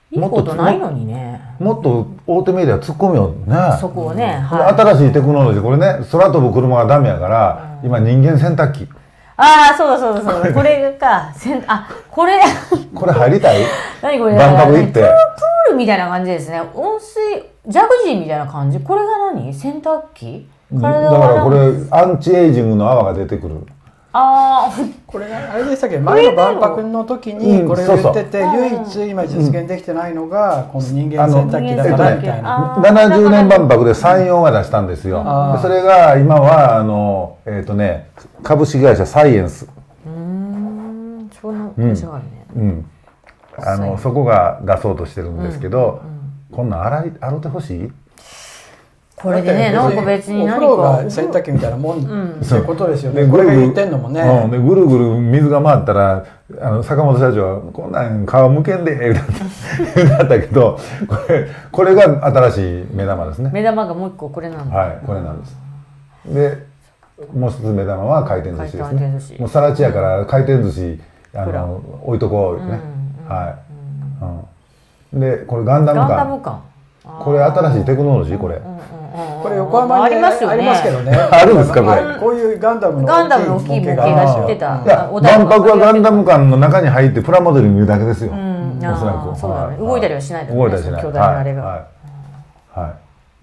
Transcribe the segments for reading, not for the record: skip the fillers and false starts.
いいことないのにね。 もっと大手メディア突っ込みよね。 そこをね。 新しいテクノロジー、これね、空飛ぶ車がダメやから、今人間洗濯機。 ああ、そうだそうだそうだ。これか。これ。 これ入りたい？ 何これ？ 万博行って。 プールみたいな感じですね。温水、ジャグジーみたいな感じ。これが何？洗濯機？ だからこれ、アンチエイジングの泡が出てくる。 ああ、 これあれでしたっけ、前の万博の時にこれを言ってて、唯一今実現できてないのがこの人間洗濯機だからみたいな。 70年万博で山陽が出したんですよ。それが今は株式会社サイエンス。 そんな会社があるね。 そこが出そうとしてるんですけど、こんなん洗ってほしい？ これでね、なんか別に何かお風呂が洗濯機みたいなもんっていうことですよね。これが言ってんのもね。 でぐるぐる水が回ったら坂本社長はこんなん皮むけんで言うだったけど、これが新しい目玉ですね。 目玉がもう一個これなんだ。 はい、これなんです。でもう一つ目玉は回転寿司ですね。もう更地やから回転寿司置いとこうね。はい。でこれガンダム館。これ新しいテクノロジーこれ。 これ横浜にありますけどね。 あるんですかこれ。 こういうガンダムの大きい模型が知ってた。 万博はガンダム館の中に入ってプラモデル見るだけですよ。おそらく。 そうだね。動いたりはしないとね。 動いたりしない。 巨大なあれが。 はい。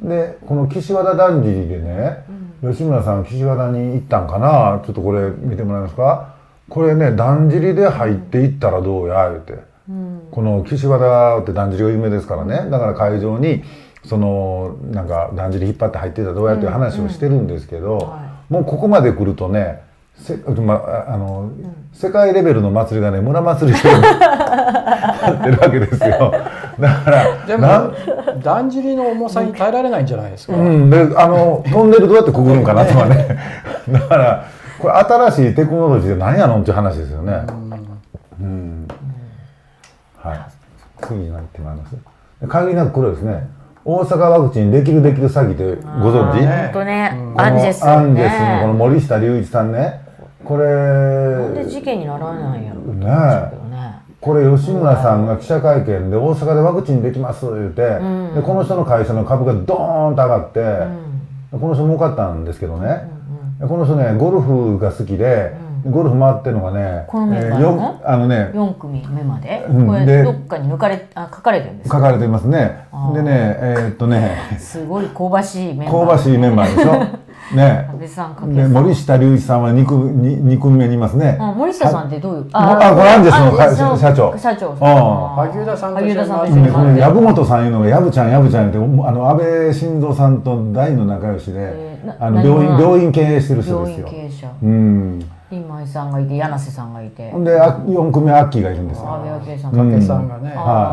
でこの岸和田だんじりでね、吉村さん岸和田に行ったんかな。ちょっとこれ見てもらえますか。これねだんじりで入っていったらどうや言うて。この岸和田ってだんじりが有名ですからね。だから会場になんかだんじり引っ張って入っていったらどうやっていう話をしてるんですけど、もうここまで来るとね世界レベルの祭りがね村祭りになってるわけですよ。だからでもだんじりの重さに耐えられないんじゃないですか。 でトンネルどうやってくぐるんかなとかね。だからこれ新しいテクノロジーで何やのっていう話ですよね。はい。次になってまいります。限りなくこれですね。大阪ワクチンできる詐欺ってご存知？ 本当ね。アンジェスのこの森下隆一さんね。これなんで事件にならないんやろね。これ吉村さんが記者会見で大阪でワクチンできます言って、でこの人の会社の株がドーンと上がって、この人儲かったんですけどね。この人ねゴルフが好きで。ゴルフ回ってるのがね、 このメンバーの4組目までこれどっかに書かれてるんですか？ 書かれていますね。でねすごい香ばしいメンバー。 香ばしいメンバーでしょ。ね。 安倍さん、 森下隆一さんは2組目にいますね。 森下さんってどういう？ これアンジェスの社長。 萩生田さんと一緒に籔本さんいうのが籔ちゃんって安倍晋三さんと大の仲良しで病院経営してる人ですよ。 病院経営者。今井さんがいて柳瀬さんがいて。 で4組目アッキーがいるんですよ。 安倍昭恵さん。 加計さんがね。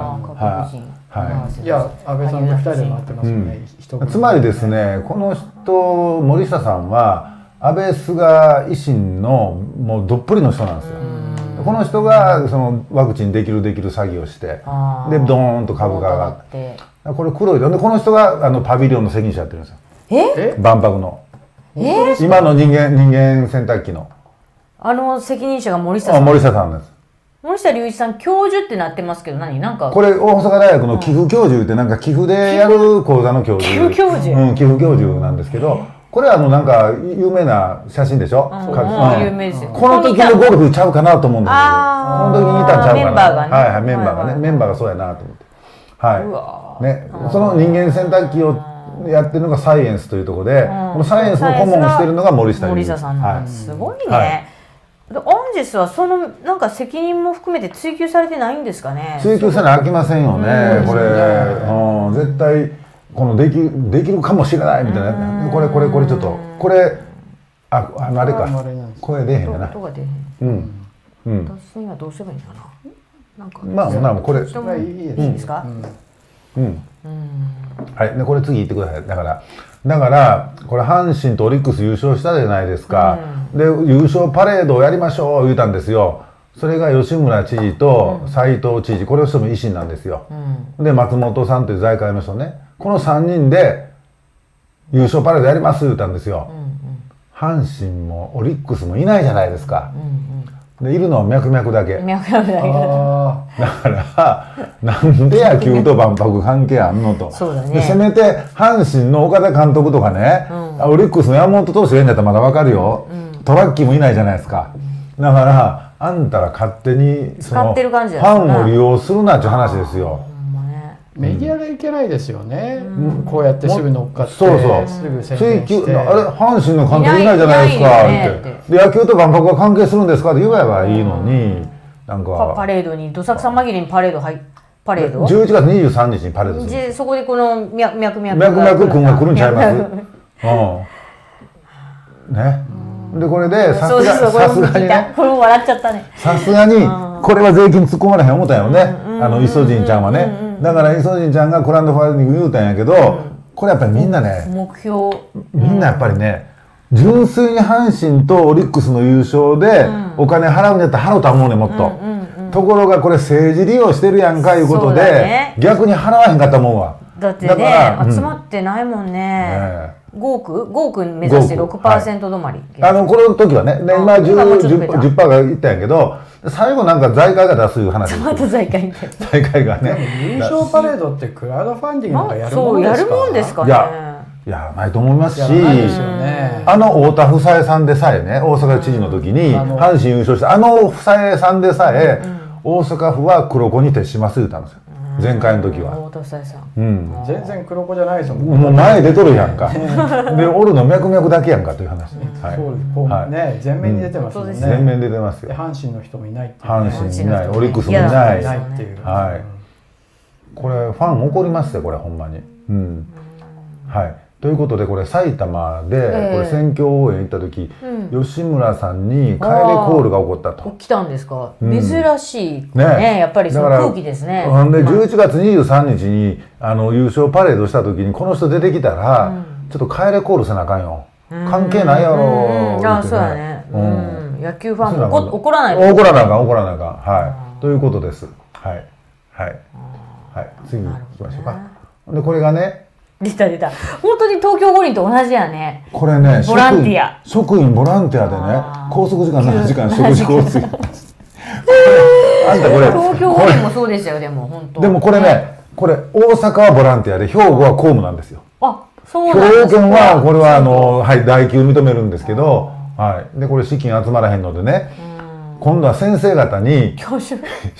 はいいや安倍さんと2人で回ってますよね。 つまりですねこの人森下さんは安倍菅維新のもうどっぷりの人なんですよ。この人がそのワクチンできる詐欺をしてでドーンと株が上がってこれ黒いでこの人がパビリオンの責任者やってるんですよ。万博の今の人間洗濯機の責任者が森下さん。 森下さんです。 森下隆一さん教授ってなってますけどなんかこれ大阪大学の寄付教授ってなんか寄付でやる講座の教授。 寄付教授。 寄付教授なんですけど。これはなんか有名な写真でしょ。 有名ですよ。 この時のゴルフちゃうかなと思うんですけど、この時にいたんちゃうかな。 メンバーがね。 はいメンバーがそうやなと思って。はいねその人間洗濯機をやってるのがサイエンスというところで、このサイエンスの顧問をしているのが森下さんなんです。すごいね。アンジェスはなんか責任も含めて追及されてないんですかね。 追及せなあきませんよね。これ絶対このできるかもしれないみたいな。これちょっとこれあれか声出へんかな。 音が出へん。私にはどうすればいいのかな。なんかまあこれいいですか。 はいでこれ次言ってください。だからこれ阪神とオリックス優勝したじゃないですか。で優勝パレードをやりましょう言うたんですよ。それが吉村知事と斉藤知事これをしても維新なんですよ。で松本さんという財界の人ねこの3人で優勝パレードやります言うたんですよ。阪神もオリックスもいないじゃないですか。 でいるのは脈々だけ。 脈々だけ。 だからなんで野球と万博関係あんのと。 そうだね。 でせめて阪神の岡田監督とかね、オリックスの山本投手がいるんだったらまだわかるよ。トラッキーもいないじゃないですか。だからあんたら勝手にそのファンを利用するなっていう話ですよ。 メディアがいけないですよね。こうやってすぐ乗っかって、 そうそう、 すぐ宣伝して。 あれ阪神の監督いないじゃないですかって。で野球と万博は関係するんですかって言えばいいのに、なんかパレードにどさくさ紛れにパレード 11月23日にパレードする。 でそこでこの脈々君が来るんちゃいます？ね。でこれでさすがにね、 これも笑っちゃったね。 さすがにこれは税金突っ込まれへん思ったんよね。イソジンちゃんはね。だからイソジンちゃんがクラウドファンディング言うたんやけど、これやっぱりみんなね、 目標みんなやっぱりね、純粋に阪神とオリックスの優勝でお金払うんやったら払うと思うねんもっと。ところがこれ政治利用してるやんかいうことで逆に払わへんかったもんは。 だってね、集まってないもんね。5億目指して 6% 止まり。 この時はね、今 10% がいったんやけど、最後なんか財界が出すいう話です。 また財界がね。 優勝パレードってクラウドファンディングがやるもんですか？ いやないと思いますし、太田房江さんでさえね、大阪知事の時に阪神優勝して房江さんでさえ大阪府は黒子に徹します言ったんですよ。前回の時は。 全然黒子じゃないですもん。 もう前出とるやんか。でおるの脈々だけやんかという話。 ね、全面に出てますもんね。 全面出てますよ。 阪神の人もいない。 阪神いない、オリックスもいない。はい。これファン怒りますよこれほんまに。はい。ということでこれ埼玉でこれ選挙応援行った時、吉村さんに帰れコールが起こったと。 来たんですか。珍しいね、やっぱりその空気ですね。 で11月23日に優勝パレードした時にこの人出てきたらちょっと帰れコールせなあかんよ。関係ないやろ。 そうだね。野球ファンも怒らない。 怒らなあかん。はい。ということです。はい次行きましょうか。でこれがね。 出た本当に東京五輪と同じやね。 これねボランティア職員ボランティアでね拘束時間7時間食事コースあんたこれ東京五輪もそうでしたよ。でも本当でもこれねこれ大阪はボランティアで兵庫は公務なんですよ。 そうなんです。 兵庫県はこれは代給認めるんですけど、でこれ資金集まらへんのでね今度は先生方に一口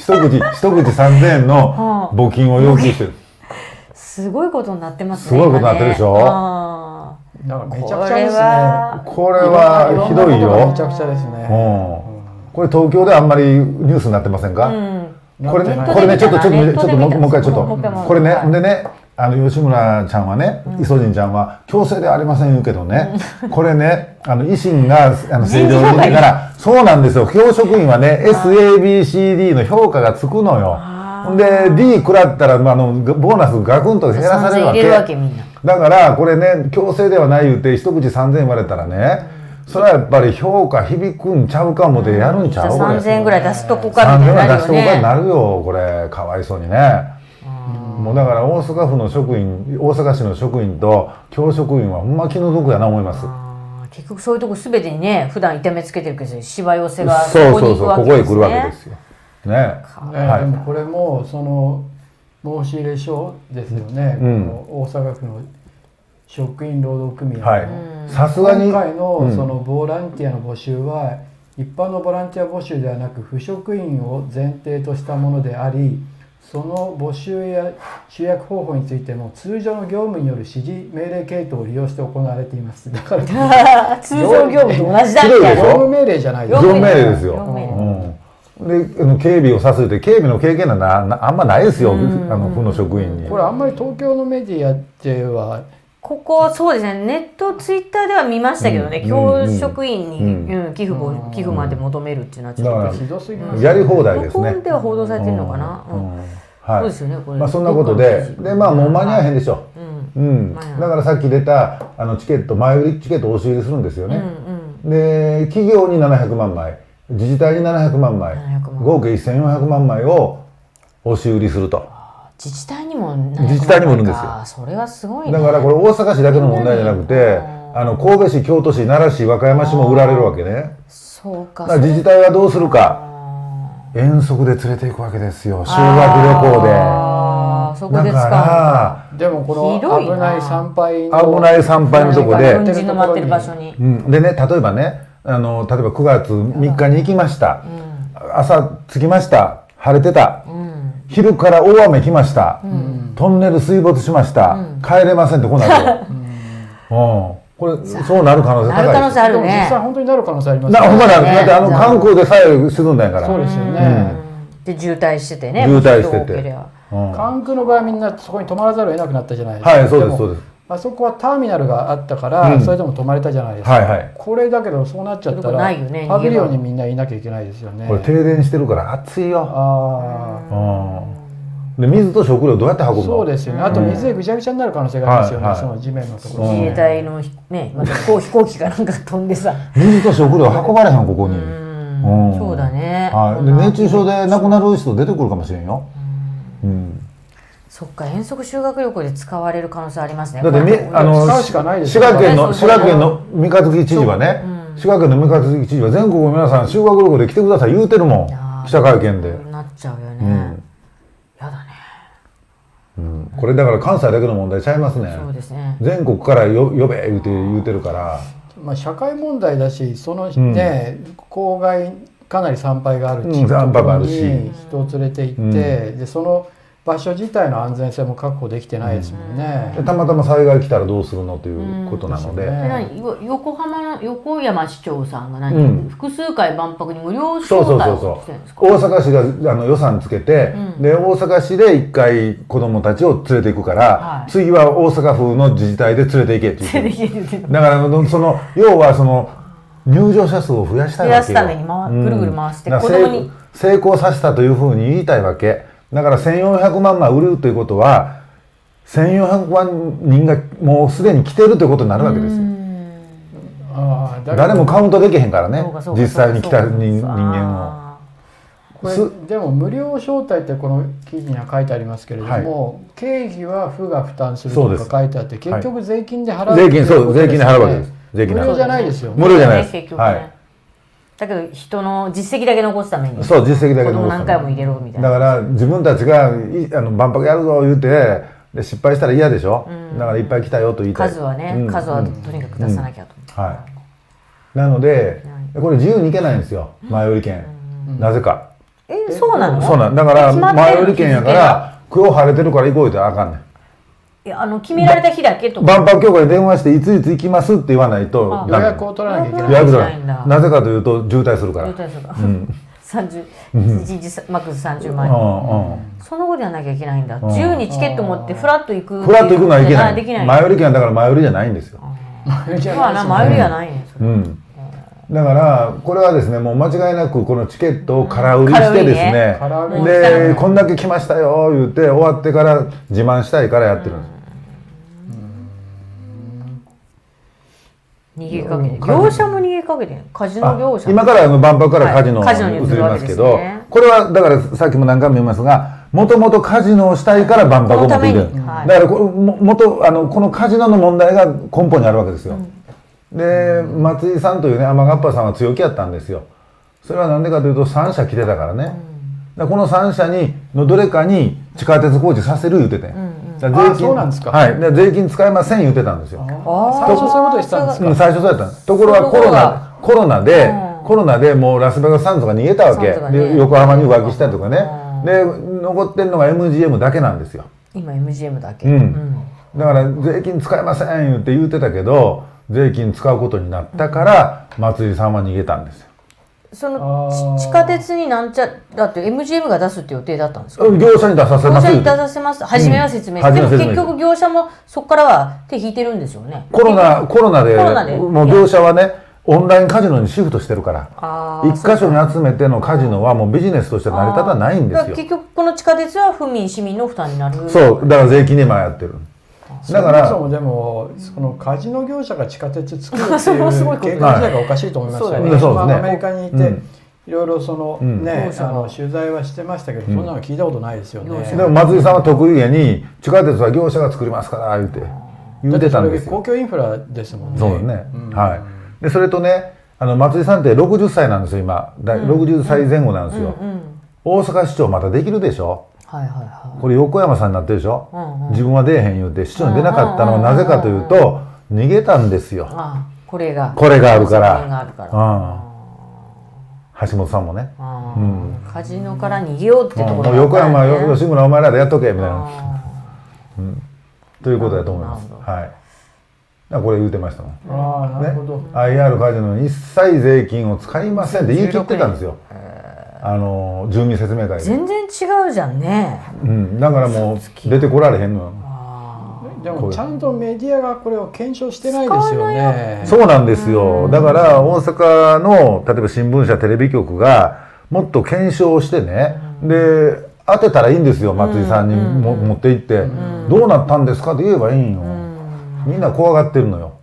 3000円の募金を要求してる。 すごいことになってますね。 すごいことになってるでしょ。 めちゃくちゃですね。 これはひどいよ。 めちゃくちゃですね。 これ東京であんまりニュースになってませんか？これねちょっともう一回ちょっとこれねでね吉村ちゃんはねイソジンちゃんは強制ではありません言うけどねこれね維新が正常人だからそうなんですよ。教職員はね SABCD の評価がつくのよ。で D 食らったらボーナスガクンと減らされるわけ。だからこれね強制ではない言うて一口3000円言われたらねそれはやっぱり評価響くんちゃうかもでやるんちゃう。これ 3000円ぐらい出すとこかみたいになるよね。3000円出すとこかになるよこれかわいそうにね。もうだから大阪府の職員大阪市の職員と教職員はほんま気の毒やな思います。 結局そういうとこ全てにね普段痛めつけてるけどしわ寄せがここへ来るわけですよ。でもこれもその申し入れ書ですよね。大阪府の職員労働組合のさすがに今回のそのボランティアの募集は一般のボランティア募集ではなく府職員を前提としたものであり、その募集や集約方法についても通常の業務による指示命令系統を利用して行われています。だから通常業務と同じだって。 業務命令じゃないです。 業務命令ですよ。で警備をさせて警備の経験なんてあんまないですよ府の職員に。 これあんまり東京のメディアではここそうですね、ネットツイッターでは見ましたけどね、教職員に寄付まで求めるっていうのはちょっとひどすぎます。 やり放題ですね。 ここでは報道されてるのかな。そうですよね。これそんなことでもう間に合わへんでしょ。だからさっき出たチケット前売りチケットを押し売りするんですよね。で企業に700万枚自治体に700万枚合計1400万枚を押し売りすると。 自治体にもいるんですよ。 それはすごいね。 だからこれ大阪市だけの問題じゃなくて神戸市京都市奈良市和歌山市も売られるわけね。 そそうか。 だから自治体はどうするか、遠足で連れて行くわけですよ、修学旅行で。 そこで使うのだかでもこの危ない参拝ら危ない参拝のとこで、 運の待ってる場所に。 でね、例えばね、例えば9月3日に行きました、朝着きました、晴れてた、昼から大雨来ました、トンネル水没しました、帰れませんってこうなるよ。これそうなる可能性高いです。 なる可能性あるね。 実際本当になる可能性ありますね。 ほんまなる。だって関空でさえ沈んだんやから。 そうですよね。 で渋滞しててね。 渋滞してて。 関空の場合みんなそこに止まらざるを得なくなったじゃないですか。 はい、そうですそうです。 あそこはターミナルがあったからそれでも止まれたじゃないですか。これだけどそうなっちゃったらパビリオンにみんないなきゃいけないですよね。 これ停電してるから暑いよ。で水と食料どうやって運ぶの？ そうですよね。あと水でぐちゃぐちゃになる可能性がありますよね。その地面のところ。 自衛隊のね、また飛行機かなんか飛んでさ。 水と食料運ばれへんここに。 そうだね。 で熱中症で亡くなる人出てくるかもしれんよ。 そっか、遠足修学旅行で使われる可能性ありますね。 だって滋賀県の三日月知事はね、滋賀県の三日月知事は全国の皆さん修学旅行で来てください言うてるもん。記者会見で。 なっちゃうよね。やだね。 これだから関西だけの問題ちゃいますね。 そうですね。 全国から呼べ言うてるから。 まあ社会問題だし、そのね郊外かなり参拝がある地域に人を連れて行って、でその場所自体の安全性も確保できてないですもんね。 たまたま災害来たらどうするのということなので。 横浜の横山市長さんが複数回万博に無料招待をしてるんですか。 大阪市が予算つけて、で大阪市で1回子どもたちを連れて行くから、次は大阪府の自治体で連れて行けって言って。だから要は入場者数を増やしたいわけよ。 増やすためにぐるぐる回して子供に成功させたというふうに言いたいわけ。だから1400万枚売るということは1400万人がもうすでに来てるということになるわけですよ。誰もカウントできへんからね、実際に来た人間を。 これでも無料招待ってこの記事には書いてありますけれども、経費は府が負担するとか書いてあって、結局税金で払う。 税金で払うわけです。 無料じゃないですよ。 無料じゃないです。 だけど人の実績だけ残すために、 そう実績だけ残すために何回も入れろみたいな。 だから自分たちが万博やるぞ言うてで失敗したら嫌でしょ。だからいっぱい来たよと言いたい。 数はね、数はとにかく出さなきゃと。 なのでこれ自由に行けないんですよ、前売り券。なぜか。 そうなの？ そうなんだから前売り券やから今日晴れてるから行こうってあかんねん。 決められた日だけとか。 万博協会に電話していついつ行きますって言わないと予約を取らなきゃいけない。 予約取らない。なぜかというと渋滞するから。 渋滞するから。1日マックス30万人。その後ではなきゃいけないんだ。自由にチケット持ってフラッと行く。 フラッと行くのはいけない。前売り券だから前売りじゃないんですよ。 前売りじゃないんですよ。 だからこれはですね、もう間違いなくこのチケットを空売りしてですね、でこんだけ来ましたよ言って終わってから自慢したいからやってるんです。 逃げかけて、業者も逃げかけて、カジノ業者。 今から万博からカジノに移りますけど、これはだからさっきも何回も言いますが、もともとカジノをしたいから万博を持っている。だからこのカジノの問題が根本にあるわけですよ。で松井さんというね天ヶっぱさんは強気やったんですよ。それは何でかというと3社来てたからね。この3社のどれかに地下鉄工事させる言うてて。 そうなんですか。 はい。税金使いません言ってたんですよ。 最初そういうことでしたんですか。 最初そうやったんです。ところがコロナでもうラスベガスサンズが逃げたわけ。で横浜に浮気したりとかね。で残ってるのが MGM だけなんですよ。 今 MGM だけ。 だから税金使いません言ってたけど、税金使うことになったから松井さんは逃げたんですよ。 その地下鉄にだって MGM が出すって予定だったんですか。 業者に出させます。 業者に出させます。初めは説明して、でも結局業者もそこからは手引いてるんですよね。 コロナでもう業者はねオンラインカジノにシフトしてるから、一箇所に集めてのカジノはもうビジネスとして成り立たないんですよ。 結局この地下鉄は府民市民の負担になる。 そうだから税金で今やってる。 だからそもそもでもそのカジノ業者が地下鉄作るっていう計画自体がおかしいと思いましたよね。アメリカにいていろいろ取材はしてましたけど、そんなの聞いたことないですよね。 でも松井さんは得意げに地下鉄は業者が作りますから言ってたんですよ。 公共インフラですもんね。 そうね。はい。でそれとね松井さんって60歳なんですよ今。60歳前後なんですよ。大阪市長またできるでしょ。これ横山さんになってるでしょ。自分は出えへん言うて市長に出なかったのはなぜかというと逃げたんですよ。 これがあるから。橋本さんもね。 カジノから逃げようってところ、 横山吉村お前らでやっとけみたいな。ということだと思います。はい。これ言うてましたもん。 なるほど。 IR カジノに一切税金を使いませんって言い切ってたんですよ。住民説明会で。 全然違うじゃんね。 だからもう出てこられへんのよ。 でもちゃんとメディアがこれを検証してないですよね。 そうなんですよ。だから大阪の例えば新聞社テレビ局がもっと検証してね、で当てたらいいんですよ。松井さんに持って行ってどうなったんですかって言えばいいんよ。みんな怖がってるのよ。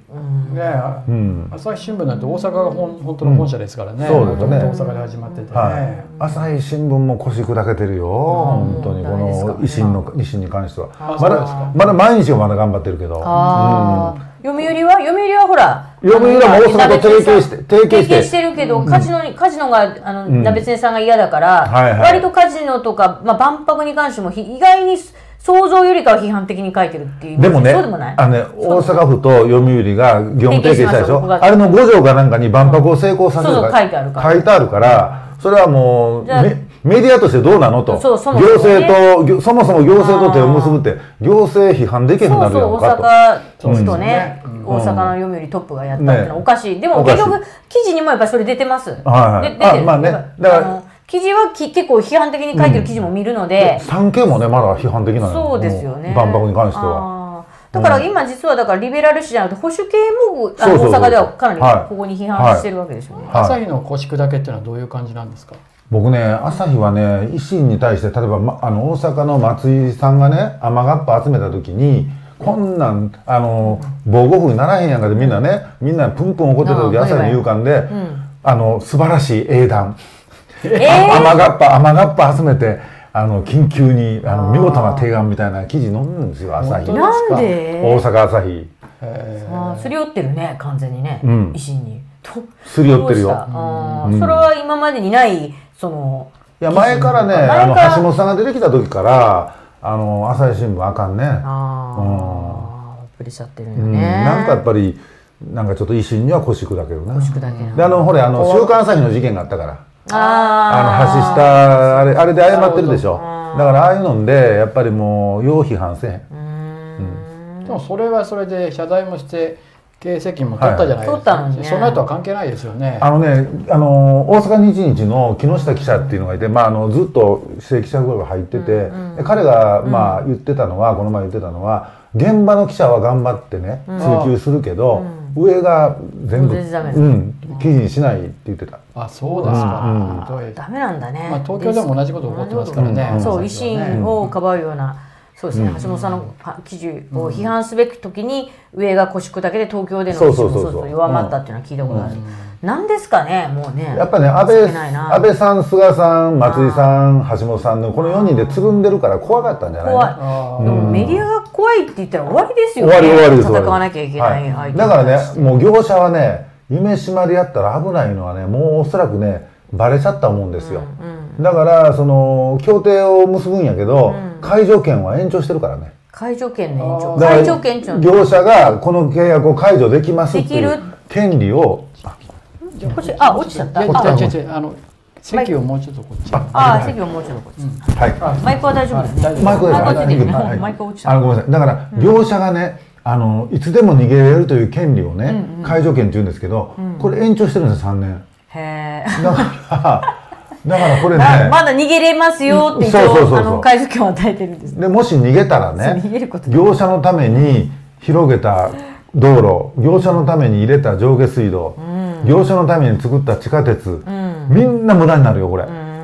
朝日新聞なんて大阪が本当の本社ですからね。 そうですね。 大阪で始まっててね。 朝日新聞も腰砕けてるよ。本当にこの維新に関しては。まだ毎日はまだ頑張ってるけど。 読売はほら。 読売は大阪と提携してるけど、カジノが鍋常さんが嫌だから、割とカジノとか万博に関しても意外に。想像よりかは批判的に書いてるっていう。 でもね、大阪府と読売が業務提携したでしょ。あれの5条かなんかに万博を成功させるとか書いてあるから、それはもうメディアとしてどうなのと。行政とそもそも行政と手を結ぶって行政批判できへんなるやんかと。 大阪とね、大阪の読売トップがやったってのはおかしい。でも結局記事にもやっぱりそれ出てます。出てる。まあね。だから記事は結構批判的に書いてる記事も見るので、 産経もねまだ批判的なのよ。 そうですよね。 万博に関しては。 だから今実はだからリベラル紙じゃなくて保守系も大阪ではかなりここに批判してるわけですよね。 朝日の腰砕けっていうのはどういう感じなんですか？ 僕ね、朝日はね維新に対して例えば大阪の松井さんがね雨がっぱ集めた時に。こんなん防護服にならへんやんかでみんなプンプン怒ってた時朝日に言うかんで素晴らしい英断。雨がっぱ集めて緊急に見事な提案みたいな記事載るんですよ朝日。 なんで？ 大阪朝日。 すり寄ってるね完全にね維新に。 すり寄ってるよ。 それは今までにないその。 いや前からね橋本さんが出てきた時から朝日新聞あかんね。 プレッシャーってるよね。 なんかやっぱりなんかちょっだけるな。 腰砕けな。 でほれ週刊朝日の事件があったから。発したあれで謝ってるでしょ。だからああいうのでやっぱりもう要批判せへん。 でもそれはそれで謝罪もして経営責任も取ったじゃないですか。その後は関係ないですよね。 大阪日日の木下記者っていうのがいて、ずっと正記者が入ってて、彼が言ってたのはこの前言ってたのは現場の記者は頑張ってね追及するけど上が全部記事にしないって言ってた。 あ、そうですか。 ダメなんだね。 東京でも同じこと起こってますからね。 そう、維新をかばうような、そうですね。橋本さんの記事を批判すべき時に上が腰砕けで東京での維新も弱まったっていうのは聞いたことある。なんですかね、もうね。 やっぱね、安倍さん、菅さん、松井さん、橋本さんのこの4人でつるんでるから怖かったんじゃないの？怖い。でもメディアが怖いって言ったら終わりですよね。 終わりです。 戦わなきゃいけない相手。 だからね、もう業者はね、夢島でやったら危ないのはね、もうおそらくね、バレちゃったと思うんですよ。だからその協定を結ぶんやけど、解除権は延長してるからね。 解除権の延長。解除権って業者がこの契約を解除できますっていう権利を。 落ちちゃった。 席をもうちょっとこっち。 席をもうちょっとこっち。はい。マイクは大丈夫ですね。 マイクはマイク落ちた。 ごめんなさい。だから業者がね、いつでも逃げれるという権利をね、解除権って言うんですけど、これ延長してるんです3年。 へえ。 だからこれね、 まだ逃げれますよって一応解除権を与えてるんです。 でもし逃げたらね、業者のために広げた道路、業者のために入れた上下水道、業者のために作った地下鉄、みんな無駄になるよこれ。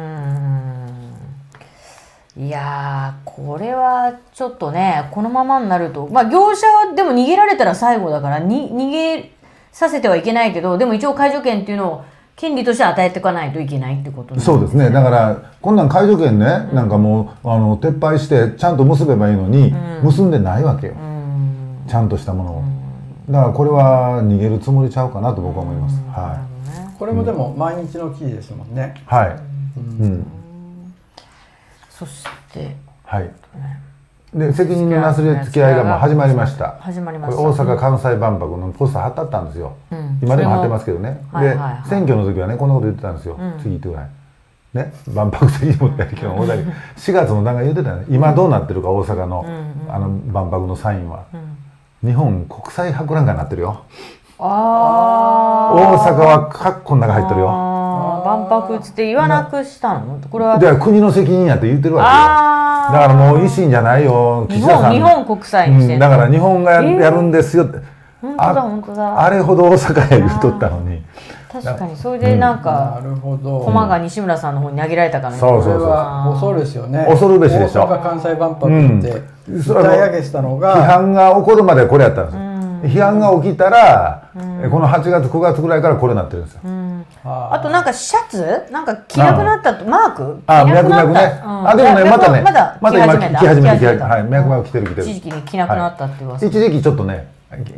いやー、これはちょっとね、このままになると、業者はでも逃げられたら最後だから逃げさせてはいけないけど、でも一応解除権っていうのを権利として与えていかないといけないってことなんですね。 そうですね。だからこんなん解除権ね、なんかもう撤廃してちゃんと結べばいいのに、結んでないわけよ。ちゃんとしたものを。 だからこれは逃げるつもりちゃうかなと僕は思います。はこれもでも毎日の記事ですもんね。 い。はい。 そしてはい。で責任のなすりつけ合いがもう始まりました。 始まりました。 これ大阪・関西万博のポスター貼ってあったんですよ。今でも貼ってますけどね。で選挙の時はねこんなこと言ってたんですよ。次ってぐらい。ね、万博責任持ってやるけど4月の段階言ってたよね。今どうなってるか大阪の万博のサインは。日本国際博覧会になってるよ。大阪はカッコの中入ってるよ。 万博って言わなくしたの？これはでは国の責任やって言ってるわけよ。だからもう維新じゃないよ。 日本国際にしてる。 だから日本がやるんですよって。 本当だ本当だ。 あれほど大阪へ言っとったのに。 確かにそれでなんか駒が西村さんの方に投げられたからね。 そうそうそう。恐るですよね。 恐るべしでしょ。 大阪・関西万博って歌い上げしたのが批判が起こるまでこれやったんですよ。批判が起きたらこの8月9月ぐらいからこれになってるんですよ。 あとなんかシャツなんか着なくなったとマーク？ 脈々ね。でもねまたねまた今着始めてはい脈々着てる着てる。 一時期に着なくなったって噂。 一時期ちょっとね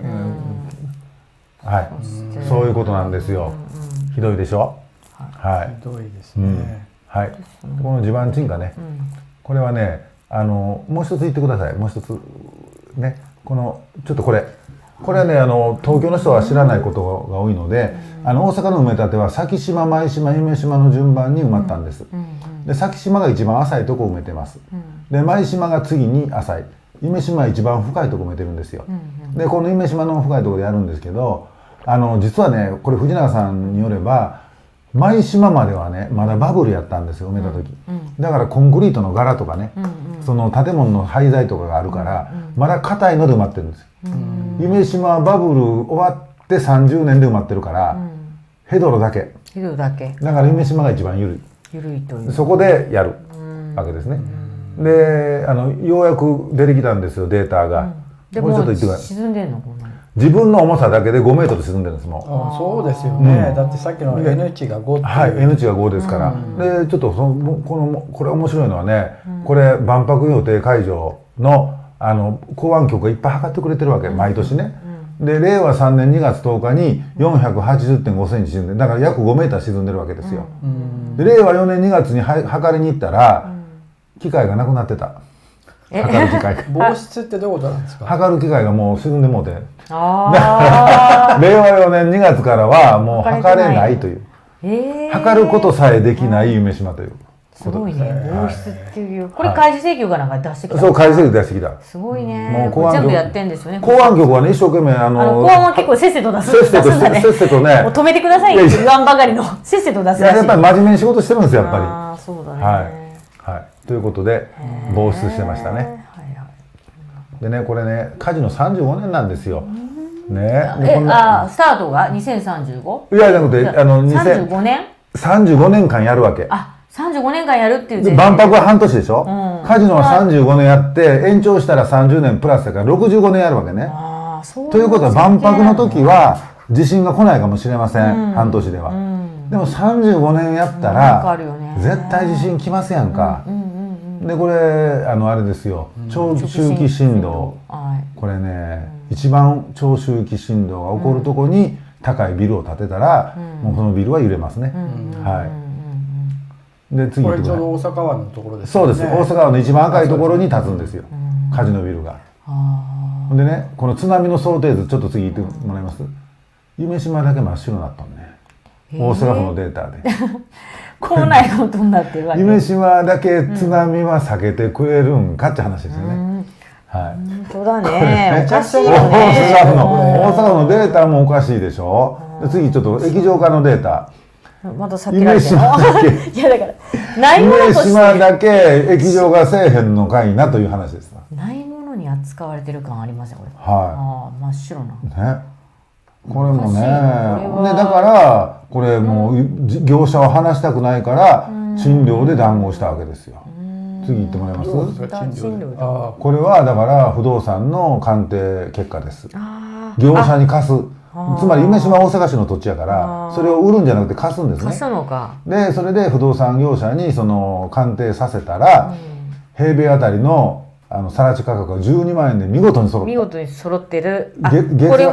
はいそういうことなんですよ。ひどいでしょ。はい。 ひどいですね。 はい。この地盤沈下ねこれはねもう一つ言ってください。もう一つねこのちょっとこれはね東京の人は知らないことが多いので大阪の埋め立ては先島舞島夢島の順番に埋まったんです。で先島が一番浅いとこ埋めてます。で舞島が次に浅い夢島は一番深いとこ埋めてるんですよ。でこの夢島の深いところでやるんですけど実はねこれ藤永さんによれば舞島まではねまだバブルやったんですよ埋めた時。だからコンクリートの柄とかねその建物の廃材とかがあるからまだ硬いので埋まってるんですよ。夢島はバブル終わって30年で埋まってるからヘドロだけだから夢島が一番緩いというそこでやるわけですね。でようやく出てきたんですよデータが。 でも沈んでんの？ 自分の重さだけで5メートル沈んでるんですもん。 そうですよね。だってさっきの N 値が5ってはい N 値が5ですから。でちょっとこれ面白いのはねこれ万博予定会場の港湾局がいっぱい測ってくれてるわけ毎年ね。で令和3年2月10日に 480.5 センチ沈んでだから約5メーター沈んでるわけですよ。で令和4年2月に測りに行ったら機械がなくなってた。測る機械が防湿ってどういうことなんですか？ 測る機械がもう沈んでもうて令和4年2月からはもう測れないという測ることさえできない夢島というすごいね防湿っていうこれ開示請求がなんか出してきた。 そう開示請求出してきた。 すごいね。もう全部やってんですよね。 港湾局はね一生懸命港湾は結構せっせと出す。 せっせとねもう止めてくださいって言わんばかりのせっせと出すらしい。 やっぱり真面目に仕事してるんですよやっぱり。 ああそうだね。 はいということで防湿してましたね。でねこれね火事の35年なんですよ。ね。 スタートが2035？ いやじゃなくて 35年 ？35年間やるわけ。 35年間やるっていう。 万博は半年でしょ。カジノは35年やって延長したら30年プラスだから65年やるわけね。ということは万博の時は地震が来ないかもしれません半年では。でも35年やったら絶対地震来ますやんか。でこれあれですよ長周期振動これね一番長周期振動が起こるとこに高いビルを建てたらもうそのビルは揺れますね。はい。で次これちょうど大阪湾のところですね。 そうです大阪湾の一番赤いところに建つんですよカジノビルが。でねこの津波の想定図ちょっと次言ってもらえます？夢島だけ真っ白になったのね大阪府のデータで。 こうないことになってるわけ。 夢島だけ津波は避けてくれるんかって話ですよね。はい。 本当だね。おかしいよね。 大阪府のデータもおかしいでしょ。で次ちょっと液状化のデータ。 まだ避けられてる。いやだからないものとして。 夢島だけ液状化せえへんのかいなという話です。 ないものに扱われてる感ありますよこれ。 はい。 真っ白な。 ね。これもね。でだからこれもう業者は話したくないから賃料で談合したわけですよ。次言ってもらえます？これはだから不動産の鑑定結果です。業者に貸す。つまり夢島大阪市の土地やからそれを売るんじゃなくて貸すんですね。 貸すのか。 でそれで不動産業者にその鑑定させたら平米あたりの更地価格が12万円で見事に揃った。 見事に揃ってる。これも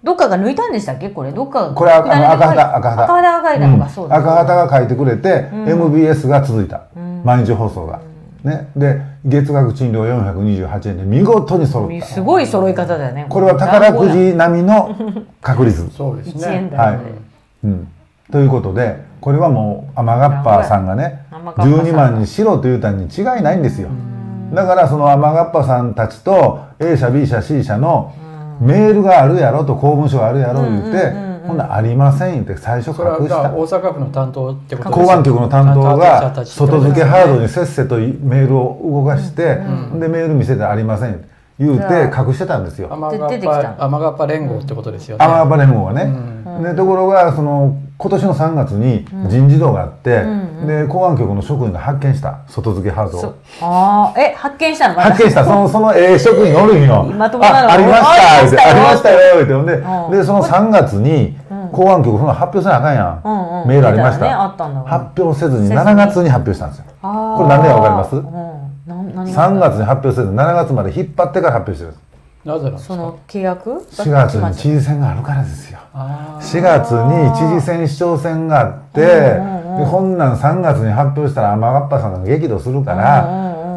どっかが抜いたんでしたっけこれ、どっかこれ赤旗赤旗が書いたのか、そうだ、 赤旗が書いてくれて、MBS が続いた、毎日放送が、ね、で月額賃料428円で見事に揃った。 すごい揃い方だよね。 これは宝くじ並みの確率そうですね。 1円だはい、ということでこれはもう雨がっぱさんがね12万にしろと言うたに違いないんですよ。だからその雨がっぱさんたちと A 社 B 社 C 社のメールがあるやろと公文書があるやろ言ってほんならありません言って最初隠した。 大阪府の担当ってことです公安局の担当が外付けハードにせっせとメールを動かして、でメール見せてありません言うて隠してたんですよ。 雨がっぱ連合ってことですよね。 雨がっぱ連合はね。でところがその今年の3月に人事異動があって、で公安局の職員が発見した外付けハードを。 発見したの？ 発見した。その職員おるんよ。ありましたありましたよってでその3月に公安局その発表せなあかんやん。メールありました。発表せずに7月に発表したんですよ。これなんでわかります？3月に発表せず7月まで引っ張ってから発表してるんです。 なぜなんですか？ その契約 4月に知事選があるからですよ。4月に知事選市長選があって、でこんなん3月に発表したら雨がっぱさんが激怒するから、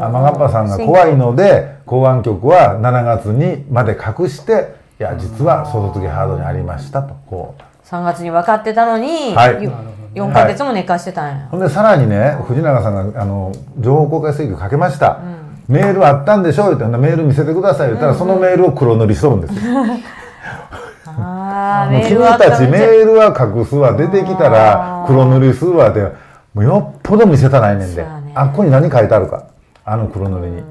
雨がっぱさんが怖いので公安局は7月にまで隠して、いや実は外付けハードにありましたとこう。 3月に分かってたのに、4ヶ月も寝かしてたんや。 ほんでさらにね藤永さんが情報公開請求かけました。メールあったんでしょってメール見せてください言ったらそのメールを黒塗りしとるんですよ。君たちメールは隠すわ出てきたら黒塗りするわってもうよっぽど見せたないねんで、あっこに何書いてあるか黒塗りに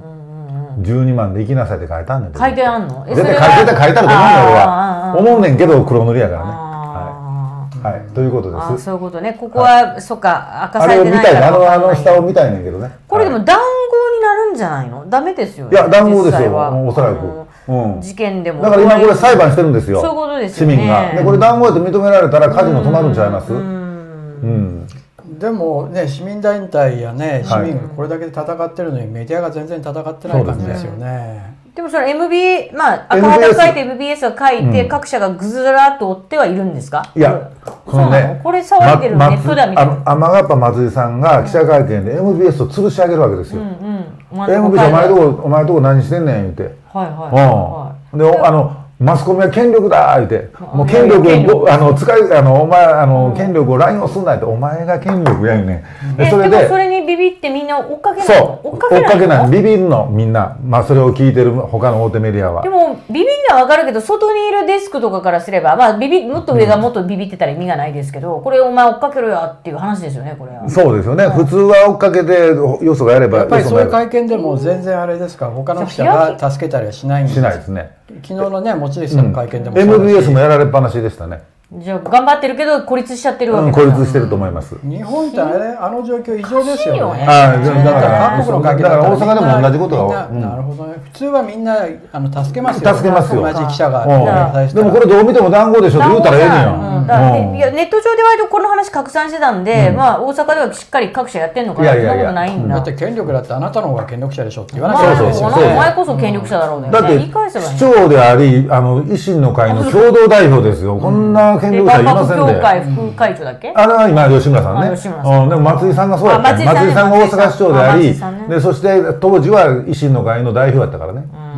12万で行きなさいって書いてあんねん。 書いてあんの？ 絶対書いてあると思うんだよ俺は。思うねんけど黒塗りやからね。はい、ということです。 そういうことね。ここはそっか明かされてないから。 あの下を見たいねんけどね。 これでも談合になるんじゃないの？ダメですよね。 いや談合ですよ。おそらく。 事件でも。 だから今これ裁判してるんですよ。 そういうことですよね。 市民が。でこれ談合やと認められたらカジノ止まるんちゃいます？ でもね市民団体やね市民がこれだけで戦ってるのにメディアが全然戦ってない感じですよね。 でもそれ MBS 赤旗書いて MBS が書いて各社がぐずらっと追ってはいるんですか？ いやこのねこれ騒いでるネットでは見てる。 雨がっぱ松井さんが記者会見で MBS を吊るし上げるわけですよ。MBS お前とこ何してんねん言って。でマスコミは権力だ言ってもう権力を使いお前権力を乱用すんなってお前が権力やんねん。 でもそれにビビってみんな追っかけないの？ 追っかけないビビるのみんな。それを聞いてる他の大手メディアは。 でもビビるのは分かるけど外にいるデスクとかからすればもっと上がもっとビビってたら意味がないですけど、これお前追っかけろよっていう話ですよねこれは。 そうですよね。普通は追っかけてよそがやればやっぱりそういう会見でも全然あれですか他の記者が助けたりはしないんですか？ しないですね。 昨日のね望月さんの会見でも MBS もやられっぱなしでしたね。 じゃあ頑張ってるけど孤立しちゃってるわけ孤立してると思います。 日本ってあの状況異常ですよね。 だから大阪でも同じことが。 なるほどね。普通はみんな助けますよ。 助けますよ。 同じ記者が。 でもこれどう見ても談合でしょって言うたらええねんや。ネット上で割とこの話拡散してたんで、大阪ではしっかり各社やってんのかなってことないんだ。 だって権力だってあなたの方が権力者でしょって言わなきゃいけないですよ。 お前こそ権力者だろうね。 だって市長であり維新の会の共同代表ですよ。こんな権力者いませんで。 協会副会長だっけ？ あれは今吉村さんね。でも松井さんがそうやった。松井さんが大阪市長であり、でそして当時は維新の会の代表やったからね。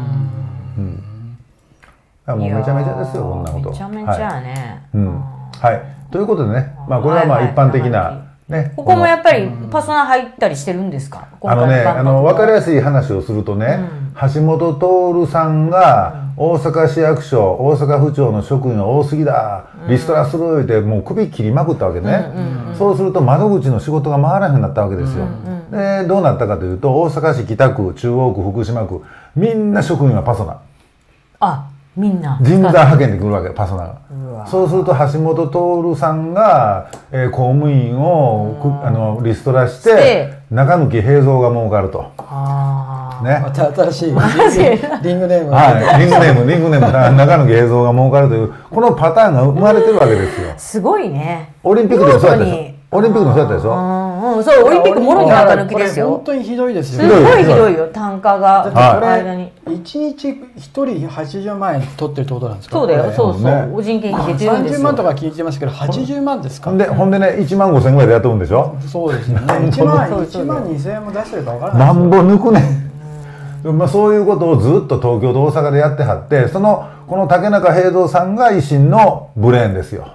もうめちゃめちゃですよこんなこと。 めちゃめちゃね。 はい。ということでね、これは一般的なね。 ここもやっぱりパソナ入ったりしてるんですか？ 分かりやすい話をするとね、橋本徹さんが大阪市役所大阪府庁の職員が多すぎだリストラするってもう首切りまくったわけね。そうすると窓口の仕事が回らなくなったわけですよ。でどうなったかというと大阪市北区中央区福島区みんな職員はパソナ。 みんな人材派遣で来るわけパソナが。そうすると橋本徹さんが、公務員をリストラして中抜き平蔵が儲かると。ね、 また新しいリングネーム、 リングネーム中抜き平蔵が儲かるというこのパターンが生まれてるわけですよ。 すごいね。 オリンピックでもそうやったでしょ。オリンピックでもそうやったでしょ。 そう、オリンピックもろに中抜きですよ。 本当にひどいですよ。 すごいひどいよ、単価が。 だってこれ1日1人80万円取ってるってことなんですか。 そうだよ、そうそう。人件費出てるんですよ。 30万とか聞いてますけど、80万ですか。 ほんでね、1万5千ぐらいで雇うんでしょ。 そうですよね。1万2千円も出してるか分からない。 なんぼ抜くねん。まあそういうことをずっと東京と大阪でやってはって、この竹中平蔵さんが維新のブレーンですよ。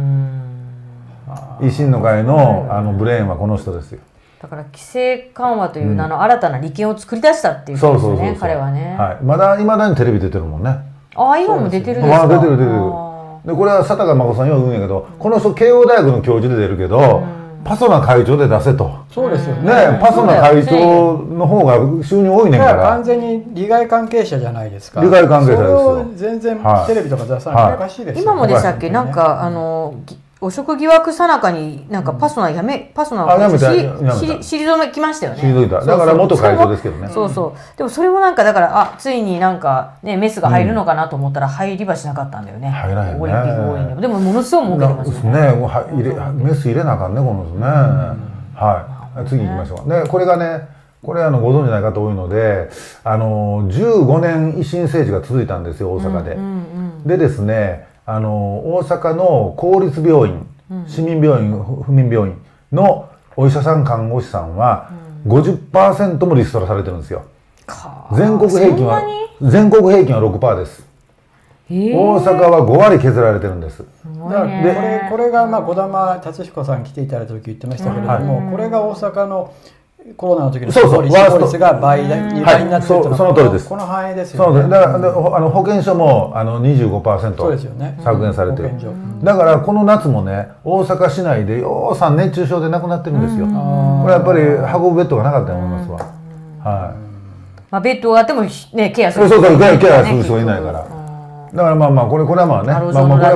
維新の会のブレーンはこの人ですよ。 だから規制緩和という名の新たな利権を作り出したっていうことですね、彼はね。 はい、いまだにテレビ出てるもんね。 ああ、今も出てるんですか。 出てる。でこれは佐高真子さんよく言うんやけど、この人慶応大学の教授で出るけど、パソナ会長で出せと。 そうですよね。パソナ会長の方が収入多いねんから。 完全に利害関係者じゃないですか。 利害関係者ですよ。 全然テレビとか出さない。おかしいですよ。 今もでしたっけ、なんか汚職疑惑さなかになんかパソナを退めきましたよね。 退いた。だから元会長ですけどね。 そうそう。でもそれもなんかだからついになんかねメスが入るのかなと思ったら入りはしなかったんだよね。 入らへんね。 オリンピック応援でもものすごい儲けてますね。 メス入れなあかんねこの人ね。はい。次行きましょう。でこれがね。これご存じない方多いので、15年維新政治が続いたんですよ大阪で。でですね。大阪の公立病院、市民病院、府民病院のお医者さん、看護師さんは 50% もリストラされてるんですよ。全国平均は 6% です。大阪は5割削られてるんです。 でこれが児玉達彦さん来ていただいた時言ってましたけれども、これが大阪のコロナの時の死亡率が2倍になっていると、 その通りです。 この範囲ですよね。 だから保険証も25% 削減されてる。だからこの夏もね大阪市内でようさん熱中症で亡くなってるんですよ。これやっぱり運ぶベッドがなかったと思いますわ。はい。 まあベッドがあってもねケアする。 ケアする人がいないから。だからこれはまあね、これはもう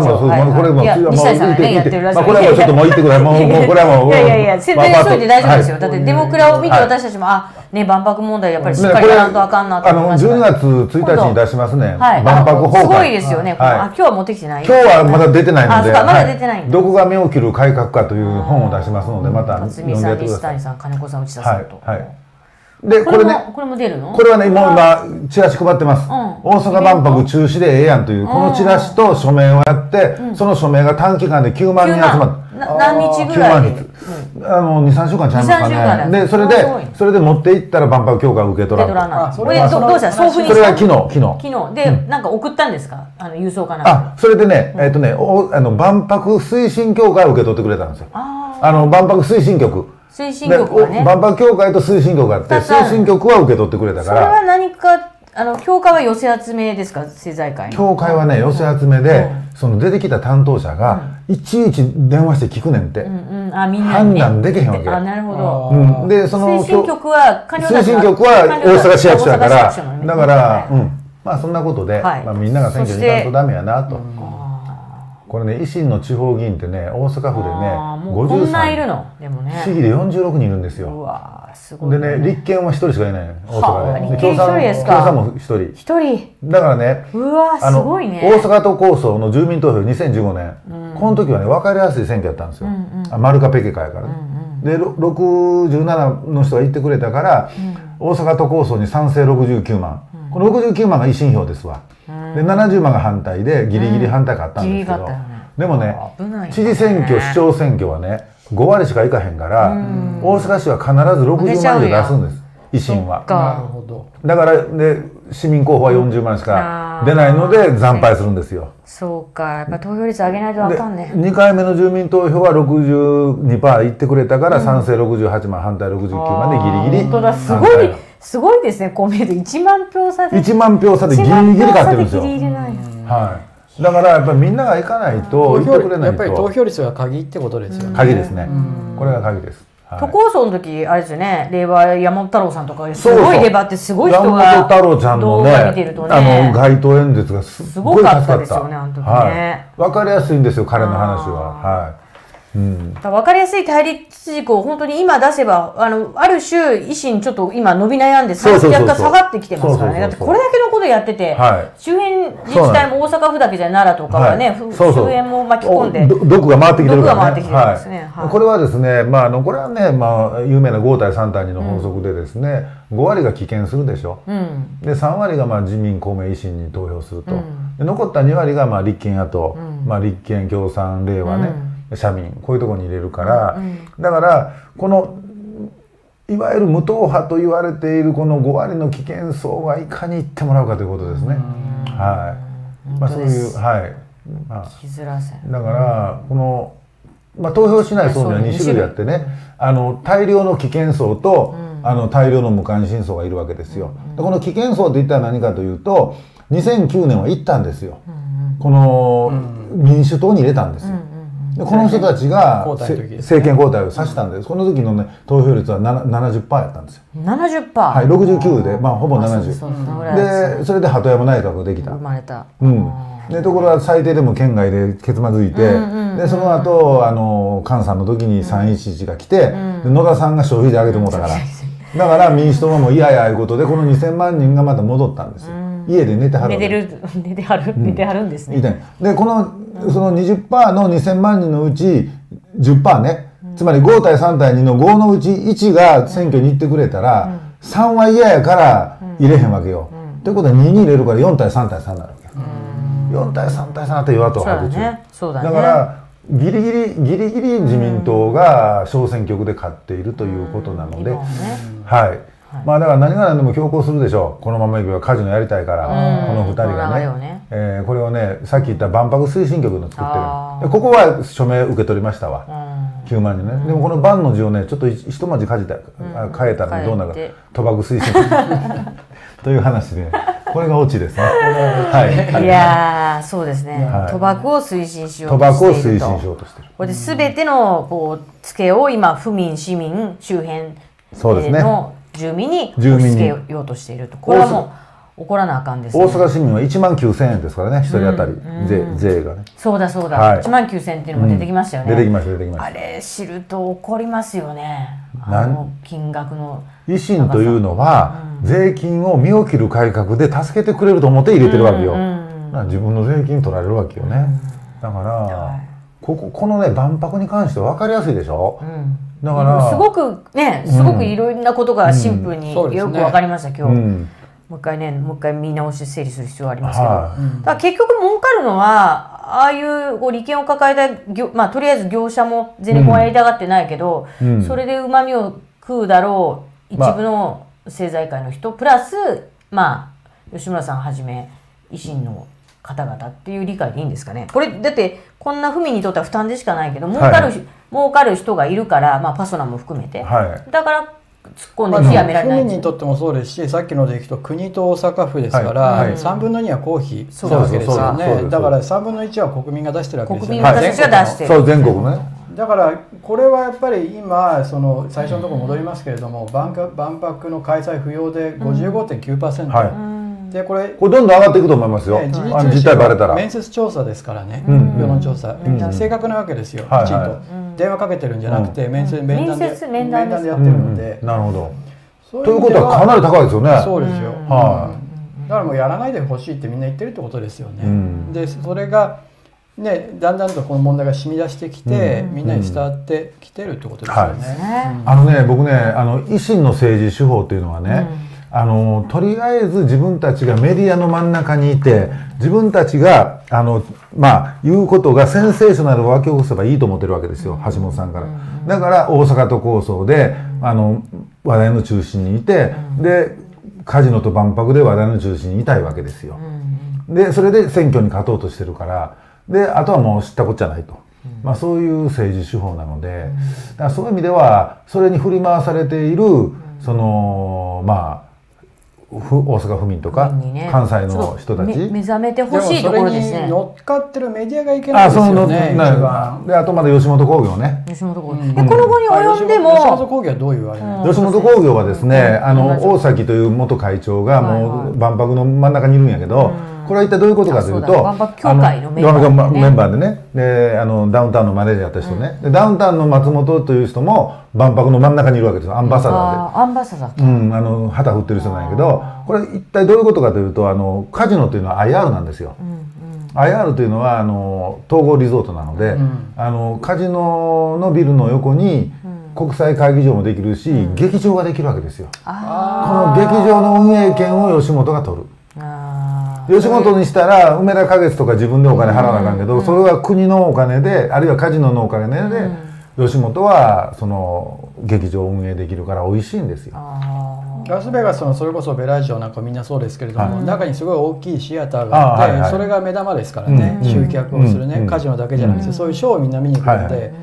ちょっともう言ってください。もうこれはもういやそれで大丈夫ですよ。だってデモクラを見て私たちも万博問題やっぱりしっかりやらんとあかんなと思いました。 12月1日に出しますね。万博崩壊。 すごいですよね。今日は持ってきてない。 今日はまだ出てないので、 まだ出てない。 どこが目を切る改革かという本を出しますので、また読んでやってください。西谷さん、金子さん、内田さんと。 でこれね、 これも出るの？ これはね、もう今チラシ配ってます。大阪万博中止でええやんというこのチラシと署名をやって、その署名が短期間で9万人集まって、 何日ぐらい ？2、3週間ちゃいますかね。でそれで持っていったら万博協会を受け取らない。 それどうした？送付にした？ それは昨日でなんか送ったんですか？郵送かなんか。 それでね万博推進協会を受け取ってくれたんですよ。万博推進局。 推進局はね、 万博協会と推進局があって、推進局は受け取ってくれたから。 それは何か協会は寄せ集めですか、政財界の。 協会はね寄せ集めで、その出てきた担当者がいちいち電話して聞くねんって。判断できへんわけ。 なるほど。 でその推進局は大阪市役所だから、だからまあそんなことでみんなが選挙に行かんとダメやなと。これね維新の地方議員ってね大阪府でね53、市議で46人いるんですよ。でね立憲は1人しかいない大阪で。共産も1人。だからね大阪都構想の住民投票2015年この時はね分かりやすい選挙やったんですよ。丸かペケかやからね。で67の人が言ってくれたから大阪都構想に賛成69万。この69万が維新票ですわ。で70万が反対でギリギリ反対があったんですけど、でもね知事選挙市長選挙はね5割しかいかへんから大阪市は必ず60万以上出すんです維新は。だからね市民候補は40万しか出ないので惨敗するんですよ。 そうか、やっぱ投票率上げないとあかんね。 2回目の住民投票は 62% いってくれたから賛成68万反対69万でギリギリ。 本当だ、すごいですね。こう見ると1万票差で 1万票差でギリギリ勝ってるんですよ。はい。だからやっぱりみんなが行かないと行ってくれないと。 やっぱり投票率が鍵ってことですよね。 鍵ですね。これが鍵です。 都構想の時あれですよね。令和山本太郎さんとかすごいレバってすごい人が山本太郎ちゃんのね街頭演説がすごい助かった。 すごかったですよねあの時ね。 わかりやすいんですよ彼の話は。はい。 だから分かりやすい対立軸を本当に今出せばある種維新ちょっと今伸び悩んで若干下がってきてますからね。だってこれだけのことやってて、周辺自治体も大阪府だけじゃ奈良とかはね、周辺も巻き込んで毒が回ってきてるからね。これはですね、これはね、有名な5対3対2の法則でですね、5割が棄権するでしょ。で3割が自民公明維新に投票すると。で残った2割が立憲野党、立憲共産令和ね。社民こういうところに入れるから、だからこのいわゆる無党派と言われているこの5割の危険層がいかにいってもらうかということですね。はい。そういうだからこの投票しない層には2種類あってね、大量の危険層と大量の無関心層がいるわけですよ。この危険層っていったら何かというと2009年は行ったんですよ。この民主党に入れたんですよ。でこの人たちが政権交代をさせたんです。この時のね投票率は 70% やったんですよ。 70%？ はい、69でほぼ70で、それで鳩山内閣ができた。 生まれた。 でところが最低でも県外でけつまずいて、でその後菅さんの時に311が来て、野田さんが消費税上げてもうたから、だから民主党はもう嫌やいうことでこの2000万人がまた戻ったんですよ。家で寝てはる。 寝てはるんですね。 でその 20% の2000万人のうち 10% ね、つまり5対3対2の5のうち1が選挙に行ってくれたら、3は嫌やから入れへんわけよ。ということは2に入れるから4対3対3になるわけよ。4対3対3だって与野党白中。だからギリギリ自民党が小選挙区で勝っているということなので、はい。だから何が何でも強行するでしょう。このままいけばカジノやりたいから、この2人がね、これをね、さっき言った万博推進局の作ってる。ここは署名受け取りましたわ。9万人ね。でもこの万の字をね、ちょっと一文字変えたらどうなるか。賭博推進局という話で、これがオチですね。 いやー、そうですね。賭博を推進しようとしていると。これで全てのこうツケを今府民市民周辺の住民に押し付けようとしていると。これはもう起こらなあかんですね。 大阪市民は1万9000円ですからね、1人当たり税がね。 そうだ1万9000円っていうのも出てきましたよね。 出てきましたあれ知ると怒りますよね。金額の維新というのは税金を身を切る改革で助けてくれると思って入れてるわけよ。自分の税金取られるわけよね。だからこのね万博に関しては分かりやすいでしょ。だからすごくいろんなことがシンプルによく分かりました今日。もう一回見直して整理する必要がありますけど、だから結局儲かるのはああいう利権を抱えたとりあえず業者もゼネコンはやりたがってないけど、それでうまみを食うだろう一部の政財界の人プラス吉村さんはじめ維新の方々っていう理解でいいんですかね。これだってこんな府民にとっては負担でしかないけど儲かる人がいるからパソナも含めて、だから突っ込んでやめられない。 府民にとってもそうですし、さっきのでいくと国と大阪府ですから3分の2は公費なわけですよね。だから3分の1は国民が出してるわけですよね。 国民が出してる。 そう全国ね。 だからこれはやっぱり今最初のところ戻りますけれども、万博の開催不要で 55.9%。でこれどんどん上がっていくと思いますよ。実態バレたら。 面接調査ですからね。世論調査正確なわけですよ。きちんと電話かけてるんじゃなくて面談でやってるので。 なるほど。ということはかなり高いですよね。 そうですよ。だからもうやらないでほしいってみんな言ってるってことですよね。でそれがねだんだんとこの問題が染み出してきてみんなに伝わってきてるってことですよね。 僕ね維新の政治手法っていうのはね。とりあえず自分たちがメディアの真ん中にいて自分たちが言うことがセンセーショナルを沸き起こせばいいと思ってるわけですよ、橋本さんから。だから大阪都構想で話題の中心にいて、でカジノと万博で話題の中心にいたいわけですよ。でそれで選挙に勝とうとしてるから、であとはもう知ったこっちゃないと。そういう政治手法なので、だからそういう意味ではそれに振り回されている大阪府民とか関西の人たち目覚めてほしいところですね。 それに乗っかってるメディアがいけないですよね。 であとまだ吉本興業ね。 吉本興業。この後に及んでも吉本興業はどういうあれなんですか。 吉本興業はですね大崎という元会長がもう万博の真ん中にいるんやけど、 これは一体どういうことかというと、 万博協会のメンバーでね、でダウンタウンのマネージャーやった人ね、でダウンタウンの松本という人も万博の真ん中にいるわけですよ、アンバサダーで。 アンバサダー、 旗振ってる人なんやけど、これ一体どういうことかというと、カジノというのは IR なんですよ。IR というのは統合リゾートなので、カジノのビルの横に国際会議場もできるし、劇場ができるわけですよ。この劇場の運営権を吉本が取る。吉本にしたら梅田花月とか自分でお金払わなあかんけど、それは国のお金で、あるいはカジノのお金で、吉本はその劇場を運営できるから美味しいんですよ。 ラスベガスのそれこそベラージョなんかみんなそうですけれども、中にすごい大きいシアターがあって、それが目玉ですからね、集客をするね、カジノだけじゃなくて、そういうショーをみんな見に来るので、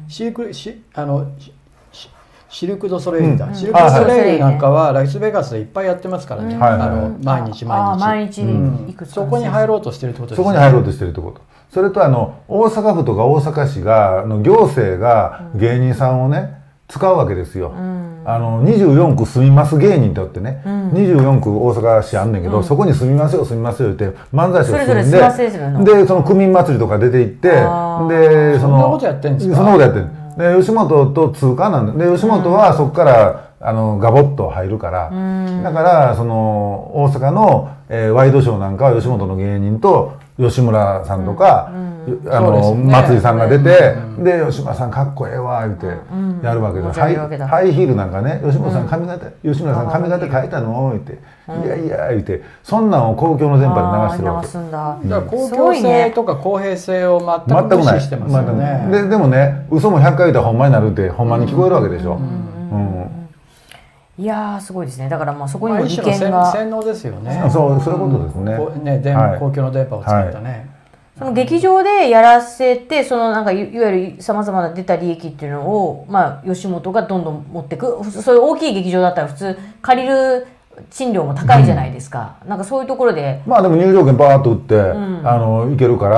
シルク・ドゥ・ソレイユだ、シルク・ドゥ・ソレイユなんかはラスベガスでいっぱいやってますからね、毎日そこに入ろうとしてるってことですね。 そこに入ろうとしてるってこと。それと大阪府とか大阪市が行政が芸人さんをね使うわけですよ。24区住みます芸人ってあってね、24区大阪市あんねんけど、そこに住みますよ住みますよって漫才師をするんで、その区民祭りとか出て行って、でそんなことやってるんですか。 そんなことやってる。で吉本と通過なんで、吉本はそこからガボッと入るから、だからその大阪の、ワイドショーなんかは吉本の芸人と吉村さんとか、松井さんが出て、で吉村さんかっこええわ言ってやるわけです。ハイヒールなんかね、吉村さん髪型変えたの言って、いやいや言って、そんなんを公共の電波で流してるわけ。 だから公共性とか公平性を全く無視してますよね。 でもね、嘘も100回言ったらほんまになるってほんまに聞こえるわけでしょ。 いやすごいですね。だからそこにも利権が洗脳ですよね。 そういうことですね。 公共の電波を使ったね。 その劇場でやらせて、そのなんかいわゆるさまざまな出た利益っていうのを吉本がどんどん持っていく。そういう大きい劇場だったら普通借りる賃料も高いじゃないですか。なんかそういうところででも入場券バーッと売って行けるから、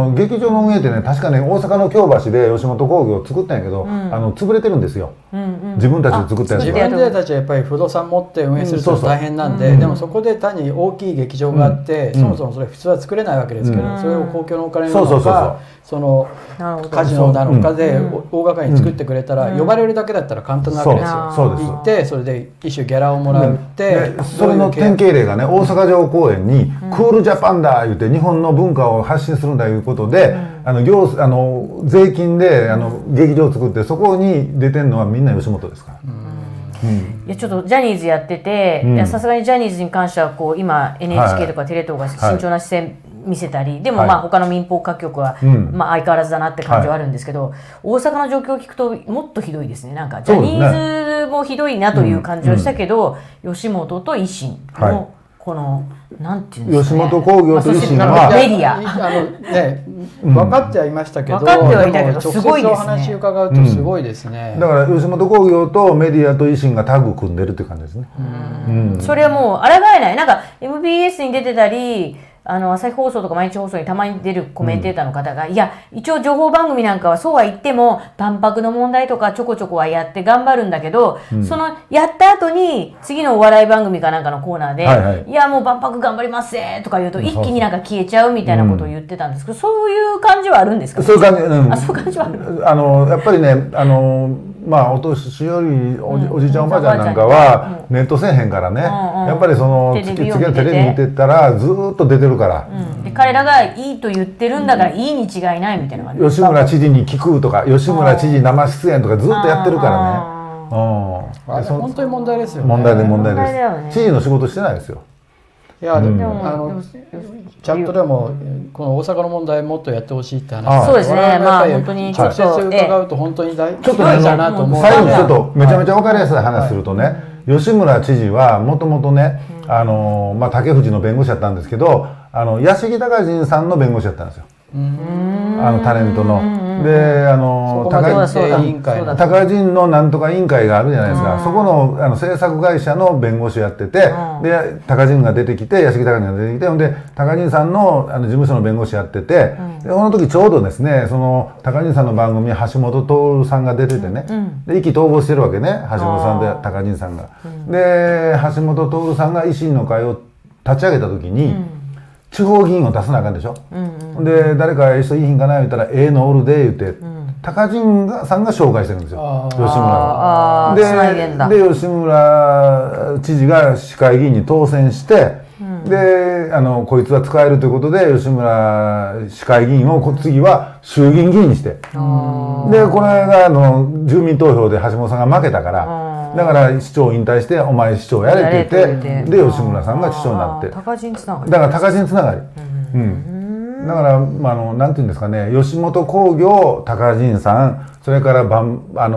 劇場の運営ってね、確かね大阪の京橋で吉本興業を作ったんやけど、潰れてるんですよ。自分たちで作ったやつ。 自分たちはやっぱり不動産持って運営すると大変なんで、でもそこで単に大きい劇場があって、そもそもそれ普通は作れないわけですけど、それを公共のお金なのかそのカジノなのかで大掛かりに作ってくれたら、呼ばれるだけだったら簡単なわけですよ。行ってそれで一種ギャラをもらって、 それの典型例がね、大阪城公園にクールジャパンだ言って日本の文化を発信するんだいうことで、税金で劇場を作って、そこに出てるのはみんな吉本ですから。 いやちょっとジャニーズやってて、さすがにジャニーズに関しては今 NHK とかテレ東が慎重な姿勢見せたり、でも他の民放各局は相変わらずだなって感じはあるんですけど、大阪の状況を聞くともっとひどいですね。なんかジャニーズもひどいなという感じをしたけど、吉本と維新のこのなんていうんですかね、 吉本興業と維新はメディア分かってはいましたけど、直接お話伺うとすごいですね。 だから吉本興業とメディアと維新がタッグ組んでるっていう感じですね。 それはもう抗えない。なんか MBS に出てたり、朝日放送とか毎日放送にたまに出るコメンテーターの方が、いや一応情報番組なんかはそうは言っても万博の問題とかちょこちょこはやって頑張るんだけど、そのやった後に次のお笑い番組かなんかのコーナーで、いやもう万博頑張りますぜとか言うと一気になんか消えちゃうみたいなことを言ってたんですけど、そういう感じはあるんですか？ そういう感じ、 そういう感じはある。 やっぱりね、お年寄りおじいちゃんおばあちゃんなんかはネットせえへんからね、やっぱりそのテレビ見てたらずっと出てるから、 で彼らがいいと言ってるんだからいいに違いないみたいな感じ。 吉村知事に聞くとか、吉村知事生出演とかずっとやってるからね。 本当に問題ですよね。 問題です。知事の仕事してないですよ。 いやでもチャットでもこの大阪の問題もっとやってほしいって話。 そうですね。本当に直接伺うと本当に大ちょっとね、最後にちょっとめちゃめちゃ分かりやすい話するとね、吉村知事はもともとね、竹藤の弁護士だったんですけど、屋敷隆人さんの弁護士だったんですよ。タレントの。で高人のなんとか委員会があるじゃないですか。そこの制作会社の弁護士やってて、で高人が出てきて、屋敷隆人が出てきて、ほんで高人さんの事務所の弁護士やってて、でその時ちょうどですね、その高人さんの番組に橋本徹さんが出ててね、で意気投合してるわけね、橋本さんで高人さんが。で橋本徹さんが維新の会を立ち上げた時に、 地方議員を出さなあかんでしょ、で誰か人いいひんかな言ったらのおるで言って、高陣さんが紹介してるんですよ、吉村で吉村知事が市会議員に当選して、でこいつは使えるということで吉村市会議員を次は衆議院議員にして、でこれが住民投票で橋本さんが負けたから、だから市長引退してお前市長やれって言ってで吉村さんが市長になって、 高陣つながりだから高陣つながり、だからなんていうんですかね、吉本興業高陣さん、それからダウンタウ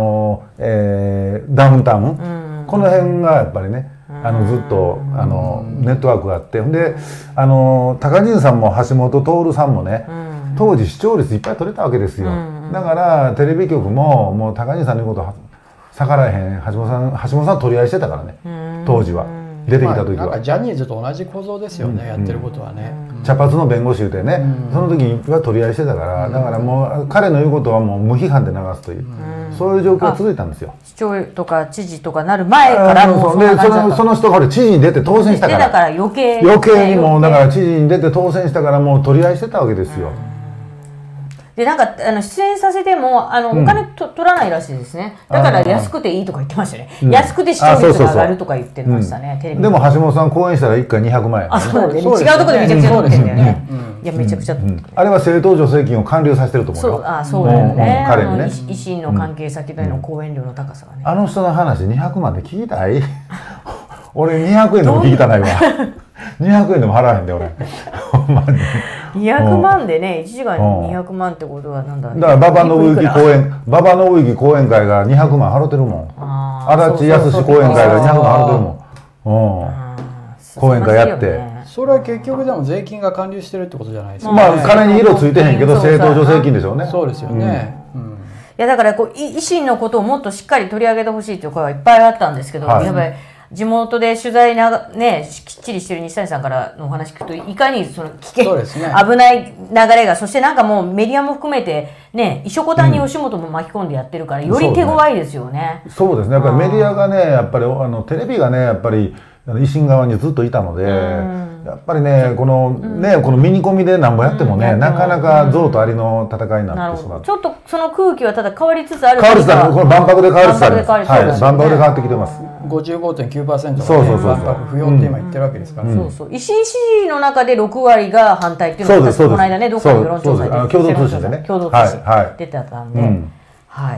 ン、この辺がやっぱりねずっとネットワークがあって、で高陣さんも橋本徹さんもね、当時視聴率いっぱい取れたわけですよ、だからテレビ局ももう高陣さんの言うこと逆らえへん、橋本さん取り合いしてたからね、当時は出てきた時は、 なんかジャニーズと同じ構造ですよね、やってることはね、 茶髪の弁護士でね、その時は取り合いしてたから、だからもう彼の言うことはもう無批判で流すという、そういう状況が続いたんですよ。 市長とか知事とかなる前からもその人が知事に出て当選したから、 だから余計にもうだから知事に出て当選したからもう取り合いしてたわけですよ。 でなんか出演させてもお金取らないらしいですね。だから安くていいとか言ってましたね。安くて視聴率が上がるとか言ってましたね。テレビでも橋本さん講演したら1回200万円。 そうですね。違うところでめちゃくちゃ取ってんだよね。いやめちゃくちゃ。 あれは政党助成金を還流させてると思うよ。 そうだよね。 彼にね。 維新の関係先での講演料の高さがね。 あの人の話200万で聞きたい？俺200円でも聞きたないわ。200円でも払わへんで俺。ほんまに。 200万でね、1時間200万ってことはなんだ。 だから馬場信之講演会が200万払ってるもん。足立康史講演会が200万払ってるもん。講演会やって。 それは結局でも税金が還流してるってことじゃないですか。 まあ金に色ついてへんけど政党助成金でしょうね。 そうですよね。 いやだから維新のことをもっとしっかり取り上げてほしいという声はいっぱいあったんですけど、やっぱり地元で取材ねきっちりしてる西谷さんからのお話聞くと、いかにその危険、危ない流れが、そしてなんかもうメディアも含めてね、一緒こたんに吉本も巻き込んでやってるから、より手強いですよね。 そうですね。やっぱりメディアがね、やっぱりテレビがね、やっぱり維新側にずっといたので、やっぱりねこのミニコミでなんぼやってもね、なかなか象とアリの戦いになってしまう。 ちょっとその空気はただ変わりつつある。 これ万博で変わりつつあります。はい、万博で変わってきてます。 55.9% が万博不要って今言ってるわけですから。 そうそう。維新支持の中で6割が反対っていうのがこの間ね、どっかの世論調査で共同通信でね、 共同通信出てたんで。はい、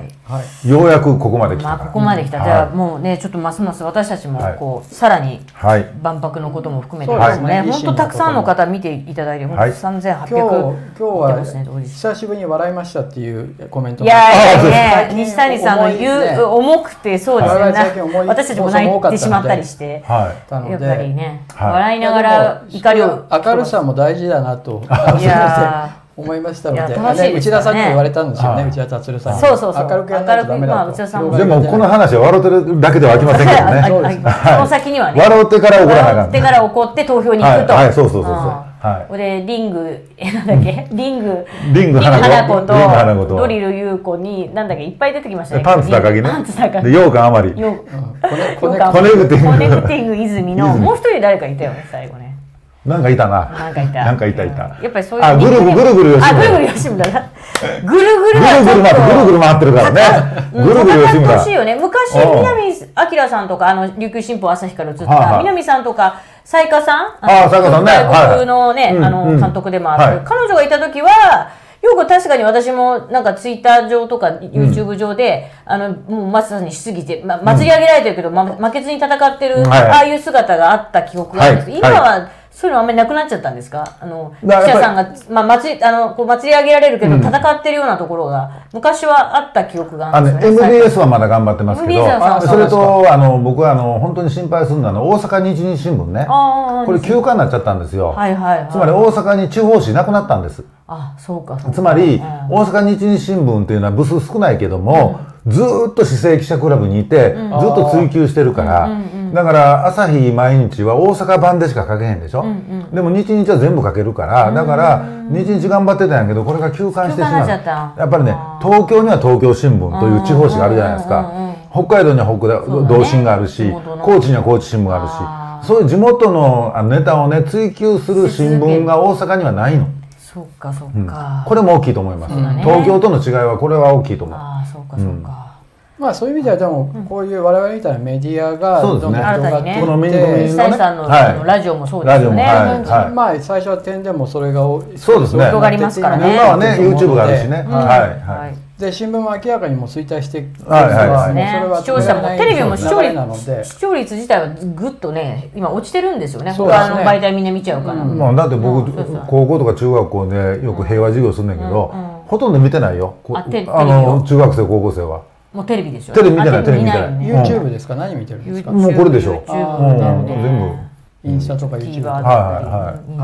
ようやくここまで来た。 ここまで来た。じゃあもうね、ちょっとますます私たちもこうさらに万博のことも含めてですね、本当たくさんの方見ていただいて、本当3800。 今日は久しぶりに笑いましたっていうコメント。 いやいやね、西谷さんの言う重くてそうですね。私たちも泣いてしまったりして、やっぱりね、笑いながら怒りを。 明るさも大事だなと。いや。思いましたので、内田さんにも言われたんですよね、内田達さんに。 そうそうそう。 明るくやらないとダメだと。 でもこの話は笑ってるだけでは飽きませんけどね。 その先にはね。 笑ってから怒らなあかん。 笑ってから怒って投票に行くと。 はい、そうそうそうそう。 これリングなんだっけ、リング花子とドリル優子になんだっけいっぱい出てきましたね。 パンツ高木ね。 パンツ高木。 で羊羹余り。 コネクティング泉のもう一人誰かいたよね最後ね。 なんかいたな。 なんかいた。やっぱりそういう。 ぐるぐる吉村。 ぐるぐる吉村だ。ぐるぐる回ってるからね。ぐるぐる吉村。 欲しいよね。昔南明さんとか琉球新報朝日から映った南さんとか雑賀さん、外国のね監督でもある彼女がいた時は。よく確かに私もなんかツイッター上とか YouTube 上で、もうまさにしすぎて、祭り上げられてるけど、負けずに戦ってる、ああいう姿があった記憶があるんですけど、今はそういうのあんまりなくなっちゃったんですか？記者さんが、祭り上げられるけど、戦ってるようなところが、昔はあった記憶があるんですよね。 MBS はまだ頑張ってますけど、それと、僕は本当に心配するのは、大阪日日新聞ね。これ休刊になっちゃったんですよ。つまり大阪に地方紙なくなったんです。 そうか。 つまり大阪日日新聞っていうのは部数少ないけども、ずっと市政記者クラブにいてずっと追求してるから、だから朝日毎日は大阪版でしか書けへんでしょ。でも日日は全部書けるから、だから日日頑張ってたんやけど、これが休刊してしまう。やっぱりね、東京には東京新聞という地方紙があるじゃないですか。北海道には北海道新があるし、高知には高知新聞があるし、 そういう地元のネタをね追求する新聞が大阪にはないの。 そっかそっか、 これも大きいと思います、東京との違いはこれは大きいと思う。 ああそうかそうか、 まあそういう意味ではでもこういう我々みたいなメディアがどんどん広がっていって、 この民族民久石さんのラジオもそうですよね。 まあ最初は点でもそれがそうですね広がりますからね。 今はね YouTube があるしね。はい。 で新聞も明らかにもう衰退していくのは視聴者もテレビも視聴率自体はぐっとね今落ちてるんですよね。他の媒体みんな見ちゃうから。 まあだって僕高校とか中学校でよく平和授業するんだけど、ほとんど見てないよ。中学生高校生は。 もうテレビですよ。 テレビ見てないテレビ見てない。 YouTube ですか？何見てるんですか？ もうこれでしょ。全部。 インスタとか YouTube とか。 はい。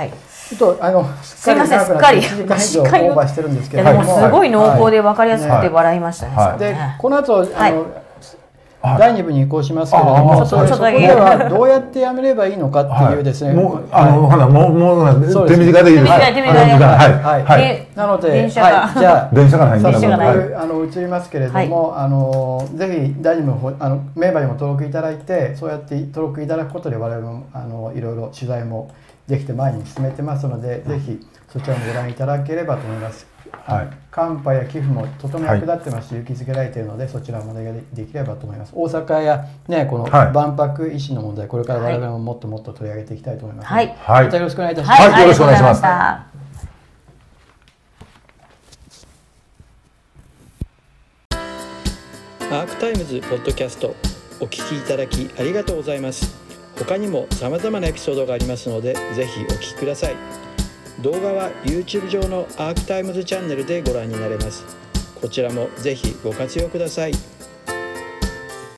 ちょっとすいませんすっかり 1時間以上オーバーしてるんですけども。でもすごい濃厚で分かりやすくて笑いましたね。 でこの後第2部に移行しますけれども、そこではどうやってやめればいいのかっていうですね。 もう手短でいいですか？ はい。なのでじゃあ電車がないんだ。 移りますけれども、ぜひ第2部メンバーにも登録いただいて、そうやって登録いただくことで我々もいろいろ取材もできて前に進めてますので、ぜひそちらもご覧いただければと思います。カンパや寄付もとても役立ってますし、勇気づけられているので、そちらもできればと思います。大阪やねこの万博維新の問題、これから我々ももっともっと取り上げていきたいと思います。またよろしくお願いいたします。 よろしくお願いします。 アークタイムズポッドキャストお聞きいただきありがとうございます。他にも様々なエピソードがありますので、ぜひお聞きください。動画は YouTube 上のアークタイムズチャンネルでご覧になれます。こちらもぜひご活用ください。